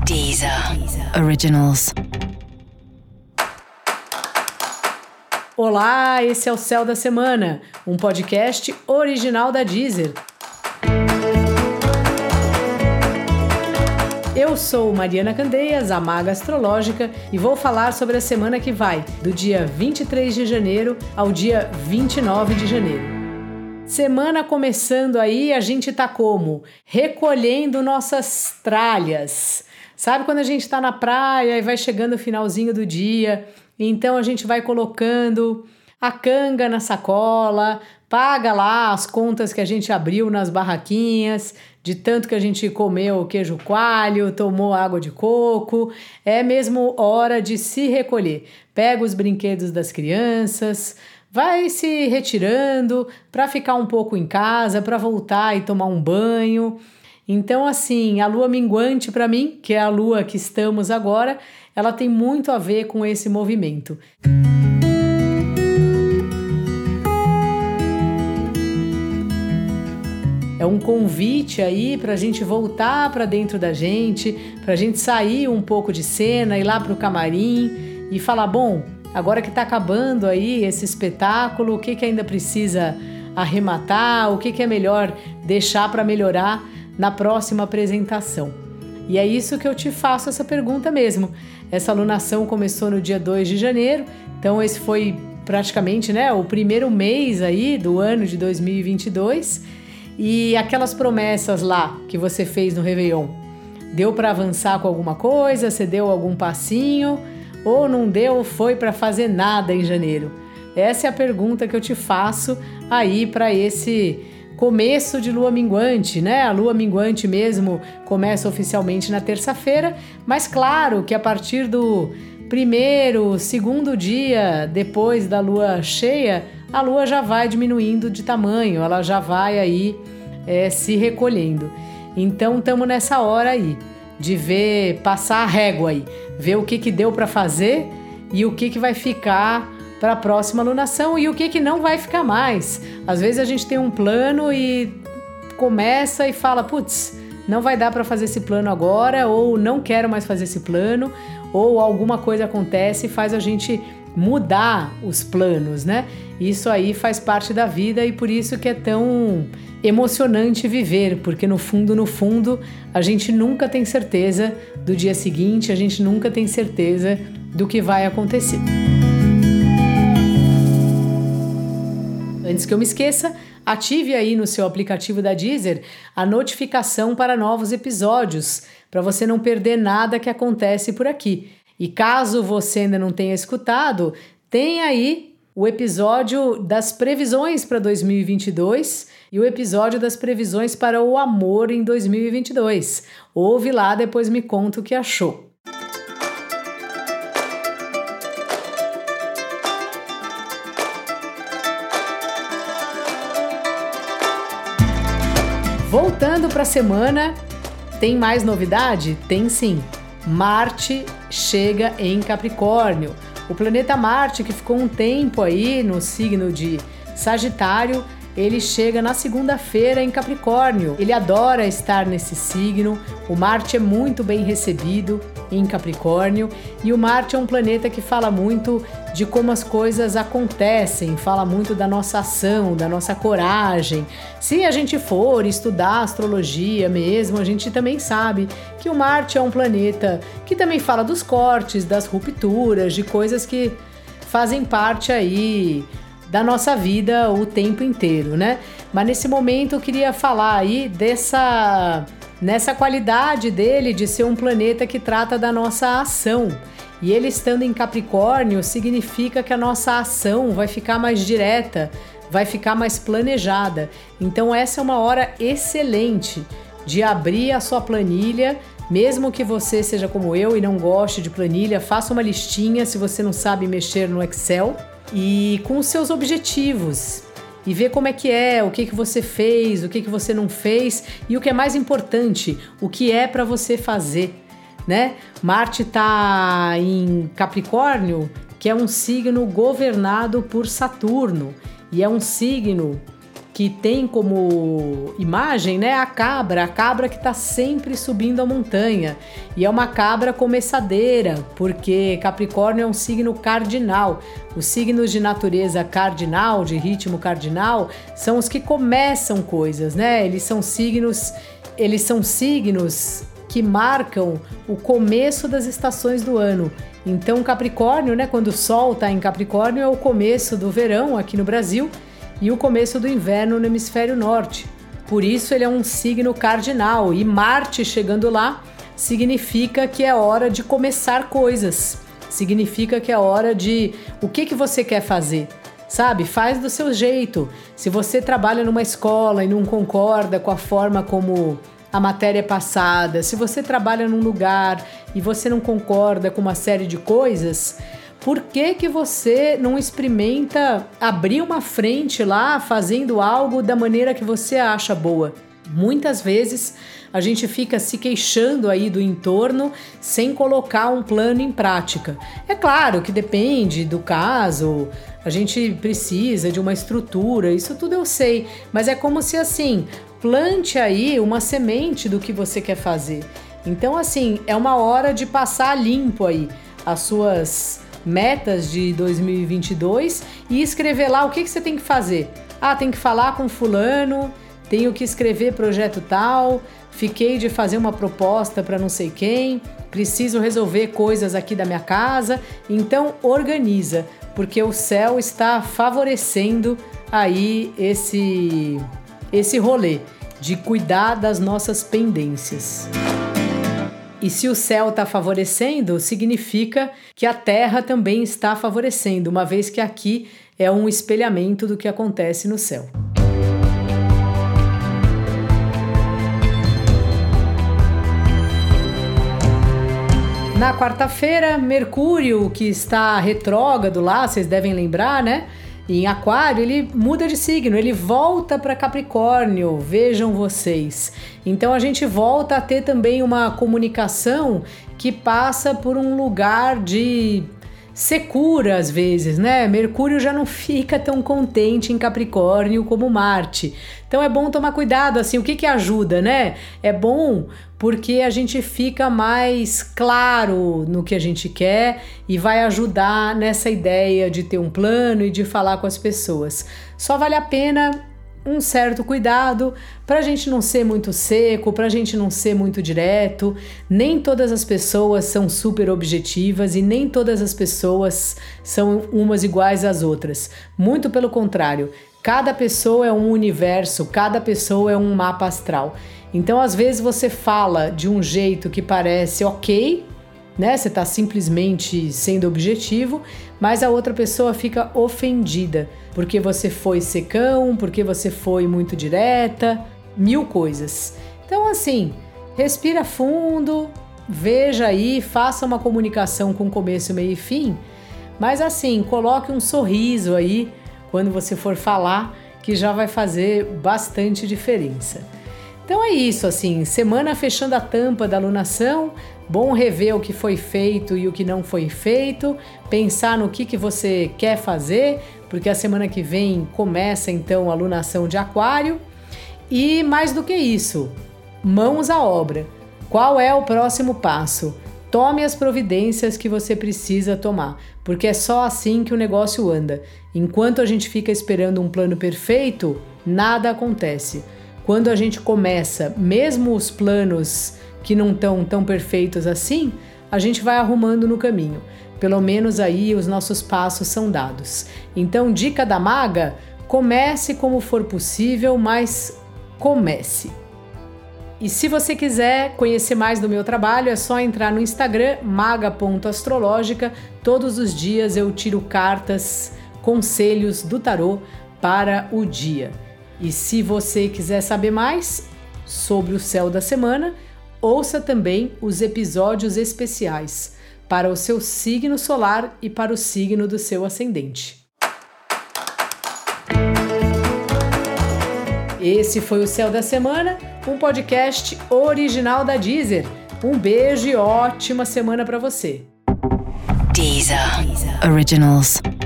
Deezer Originals. Olá, esse é o Céu da Semana, um podcast original da Deezer. Eu sou Mariana Candeias, a maga astrológica, e vou falar sobre a semana que vai, do dia 23 de janeiro ao dia 29 de janeiro. Semana começando aí, a gente tá como? Recolhendo nossas tralhas. Sabe quando a gente tá na praia e vai chegando o finalzinho do dia, então a gente vai colocando a canga na sacola, paga lá as contas que a gente abriu nas barraquinhas, de tanto que a gente comeu queijo coalho, tomou água de coco. É mesmo hora de se recolher. Pega os brinquedos das crianças, vai se retirando para ficar um pouco em casa, para voltar e tomar um banho. Então, assim, a lua minguante para mim, que é a lua que estamos agora, ela tem muito a ver com esse movimento. É um convite aí para a gente voltar para dentro da gente, para a gente sair um pouco de cena, ir lá para o camarim e falar, bom, agora que está acabando aí esse espetáculo, o que ainda precisa arrematar, o que é melhor deixar para melhorar na próxima apresentação. E é isso que eu te faço essa pergunta mesmo. Essa alunação começou no dia 2 de janeiro, então esse foi praticamente, o primeiro mês aí do ano de 2022. E aquelas promessas lá que você fez no Réveillon, deu para avançar com alguma coisa? Você deu algum passinho? Ou não deu, foi para fazer nada em janeiro? Essa é a pergunta que eu te faço aí para esse começo de lua minguante, A lua minguante mesmo começa oficialmente na terça-feira, mas claro que a partir do primeiro, segundo dia depois da lua cheia, a lua já vai diminuindo de tamanho, ela já vai aí se recolhendo. Então estamos nessa hora aí de ver, passar a régua aí, ver o que deu para fazer e o que vai ficar para a próxima alunação e o que não vai ficar mais. Às vezes a gente tem um plano e começa e fala, putz, não vai dar para fazer esse plano agora, ou não quero mais fazer esse plano, ou alguma coisa acontece e faz a gente mudar os planos, Isso aí faz parte da vida e por isso que é tão emocionante viver, porque no fundo, a gente nunca tem certeza do dia seguinte, a gente nunca tem certeza do que vai acontecer. Antes que eu me esqueça, ative aí no seu aplicativo da Deezer a notificação para novos episódios, para você não perder nada que acontece por aqui. E caso você ainda não tenha escutado, tem aí o episódio das previsões para 2022 e o episódio das previsões para o amor em 2022. Ouve lá, depois me conta o que achou. Voltando para a semana, tem mais novidade? Tem sim. Marte chega em Capricórnio. O planeta Marte, que ficou um tempo aí no signo de Sagitário, ele chega na segunda-feira em Capricórnio. Ele adora estar nesse signo. O Marte é muito bem recebido em Capricórnio. E o Marte é um planeta que fala muito de como as coisas acontecem, fala muito da nossa ação, da nossa coragem. Se a gente for estudar astrologia mesmo, a gente também sabe que o Marte é um planeta que também fala dos cortes, das rupturas, de coisas que fazem parte aí da nossa vida o tempo inteiro, Mas nesse momento eu queria falar aí nessa qualidade dele de ser um planeta que trata da nossa ação. E ele estando em Capricórnio significa que a nossa ação vai ficar mais direta, vai ficar mais planejada. Então essa é uma hora excelente de abrir a sua planilha, mesmo que você seja como eu e não goste de planilha, faça uma listinha se você não sabe mexer no Excel e com os seus objetivos. E ver como é que é, o que você fez, o que você não fez e o que é mais importante, o que é para você fazer, Marte está em Capricórnio, que é um signo governado por Saturno e é um signo que tem como imagem, né, a cabra que está sempre subindo a montanha. E é uma cabra começadeira, porque Capricórnio é um signo cardinal. Os signos de natureza cardinal, de ritmo cardinal, são os que começam coisas, né? Eles são signos que marcam o começo das estações do ano. Então, Capricórnio, né, quando o Sol está em Capricórnio, é o começo do verão aqui no Brasil e o começo do inverno no hemisfério norte. Por isso ele é um signo cardinal, e Marte chegando lá significa que é hora de começar coisas, significa que é hora de o que você quer fazer, sabe? Faz do seu jeito. Se você trabalha numa escola e não concorda com a forma como a matéria é passada, se você trabalha num lugar e você não concorda com uma série de coisas, por que você não experimenta abrir uma frente lá fazendo algo da maneira que você acha boa? Muitas vezes a gente fica se queixando aí do entorno sem colocar um plano em prática. É claro que depende do caso, a gente precisa de uma estrutura, isso tudo eu sei, mas é como se assim, plante aí uma semente do que você quer fazer. Então assim, é uma hora de passar limpo aí as suas metas de 2022 e escrever lá o que você tem que fazer. Ah, tem que falar com fulano, tenho que escrever projeto tal, fiquei de fazer uma proposta para não sei quem, preciso resolver coisas aqui da minha casa. Então organiza, porque o céu está favorecendo aí esse rolê de cuidar das nossas pendências. E se o céu está favorecendo, significa que a Terra também está favorecendo, uma vez que aqui é um espelhamento do que acontece no céu. Na quarta-feira, Mercúrio, que está retrógrado lá, vocês devem lembrar, né? Em Aquário, ele muda de signo, ele volta para Capricórnio, vejam vocês. Então a gente volta a ter também uma comunicação que passa por um lugar de secura às vezes, né? Mercúrio já não fica tão contente em Capricórnio como Marte. Então é bom tomar cuidado, assim, o que ajuda, né? É bom porque a gente fica mais claro no que a gente quer e vai ajudar nessa ideia de ter um plano e de falar com as pessoas. Só vale a pena um certo cuidado para a gente não ser muito seco, para a gente não ser muito direto. Nem todas as pessoas são super objetivas e nem todas as pessoas são umas iguais às outras. Muito pelo contrário, cada pessoa é um universo, cada pessoa é um mapa astral. Então, às vezes você fala de um jeito que parece ok, né? Você está simplesmente sendo objetivo, mas a outra pessoa fica ofendida porque você foi secão, porque você foi muito direta, mil coisas. Então, assim, respira fundo, veja aí, faça uma comunicação com começo, meio e fim, mas assim, coloque um sorriso aí quando você for falar, que já vai fazer bastante diferença. Então é isso, assim, semana fechando a tampa da alunação, bom rever o que foi feito e o que não foi feito, pensar no que você quer fazer, porque a semana que vem começa então a alunação de Aquário. E mais do que isso, mãos à obra. Qual é o próximo passo? Tome as providências que você precisa tomar, porque é só assim que o negócio anda. Enquanto a gente fica esperando um plano perfeito, nada acontece. Quando a gente começa, mesmo os planos que não estão tão perfeitos assim, a gente vai arrumando no caminho. Pelo menos aí os nossos passos são dados. Então, dica da maga, comece como for possível, mas comece. E se você quiser conhecer mais do meu trabalho, é só entrar no Instagram, maga.astrológica. Todos os dias eu tiro cartas, conselhos do tarô para o dia. E se você quiser saber mais sobre o céu da semana, ouça também os episódios especiais para o seu signo solar e para o signo do seu ascendente. Esse foi o Céu da Semana, um podcast original da Deezer. Um beijo e ótima semana para você. Deezer Originals.